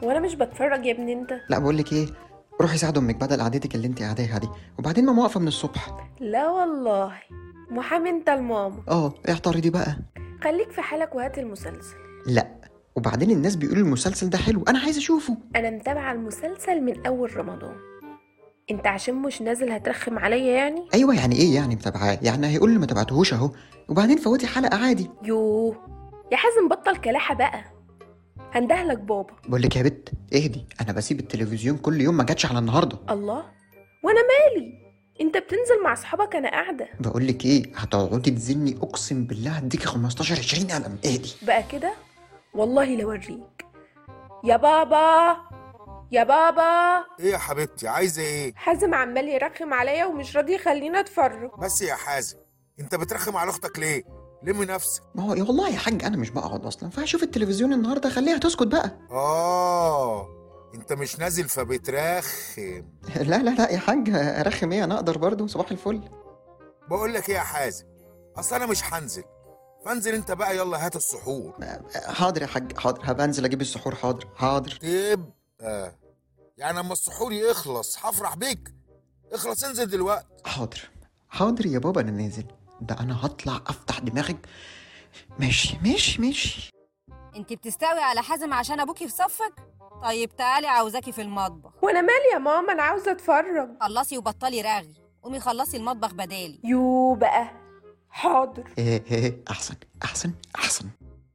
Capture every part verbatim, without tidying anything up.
وانا مش بتفرج يا ابني انت. لا بقول لك ايه، روحي ساعد امك بدل قعدتك اللي انت قاعداها دي، وبعدين ما واقفه من الصبح. لا والله محامي انت الماما. اه اعترضي بقى. خليك في حالك وهات المسلسل. لا، وبعدين الناس بيقولوا المسلسل ده حلو، انا عايز اشوفه. انا متابعه المسلسل من اول رمضان. انت عشان مش نازل هترخم عليا يعني؟ ايوه يعني ايه يعني متابعاه؟ يعني هيقول لي ما تابعتهوش اهو، وبعدين فوتي حلقه عادي. يوه يا حازم بطل كلاحه بقى، هندهلك بابا. بقول لك يا بت اهدي، انا بسيب التلفزيون كل يوم، ما جاتش على النهارده. الله، وانا مالي؟ انت بتنزل مع اصحابك انا قاعده. بقول لك ايه، هتقعدي تزني اقسم بالله هديكي خمستاشر عشرين قلم. اهدي بقى كده والله لوريك. يا بابا يا بابا. ايه يا حبيبتي عايزه ايه؟ حازم عمال يرخم عليا ومش راضي يخليني اتفرج. بس يا حازم، انت بترخم على اختك ليه؟ لمي نفسك. ما هو والله يا حاج انا مش بقعد اصلا، فهشوف التلفزيون النهارده، خليها تسكت بقى. اه انت مش نازل فبترخم. لا لا لا يا حاج، ارخم ايه؟ انا اقدر برضو، صباح الفل. بقول لك ايه يا حازم، اصل انا مش هنزل، فانزل انت بقى، يلا هات السحور. حاضر يا حاج حاضر، هبقى انزل اجيب السحور. حاضر حاضر. طيب آه. يعني اما السحور يخلص هفرح بيك. اخلص انزل دلوقتي. حاضر حاضر يا بابا، انا نازل. ده انا هطلع افتح دماغك. ماشي ماشي ماشي. انت بتستوي على حازم عشان ابوكي في صفك؟ طيب تعالي عاوزاكي في المطبخ. وانا مالي يا ماما، انا عاوزه اتفرج. خلصي وبطلي رغي، قومي خلصي المطبخ بدالي. يو بقى حاضر. ايه ايه احسن احسن احسن.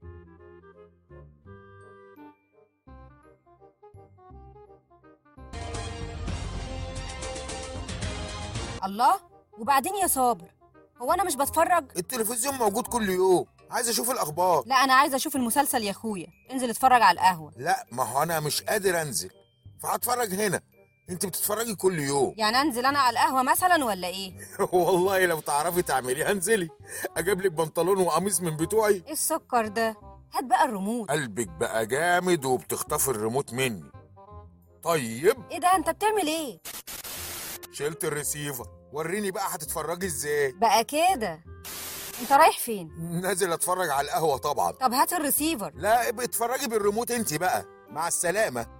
الله، وبعدين يا صابر، هو انا مش بتفرج؟ التلفزيون موجود كل يوم، عايز اشوف الاخبار. لا انا عايزه اشوف المسلسل يا اخويا، انزل اتفرج على القهوه. لا ما هو انا مش قادر انزل، فهتفرج هنا. انت بتتفرجي كل يوم. يعني انزل انا على القهوه مثلا ولا ايه؟ والله لو تعرفي تعملي انزلي، اجيب لك بنطلون وقميص من بتوعي. ايه السكر ده؟ هات بقى الريموت. قلبك بقى جامد وبتخطف الريموت مني. طيب ايه ده، انت بتعمل ايه؟ شلت الريسيفر، وريني بقى هتتفرجي ازاي. بقى كده انت رايح فين؟ نازل اتفرج على القهوه طبعا. طب هات الريسيفر. لا ابقي اتفرجي بالريموت انت بقى، مع السلامه.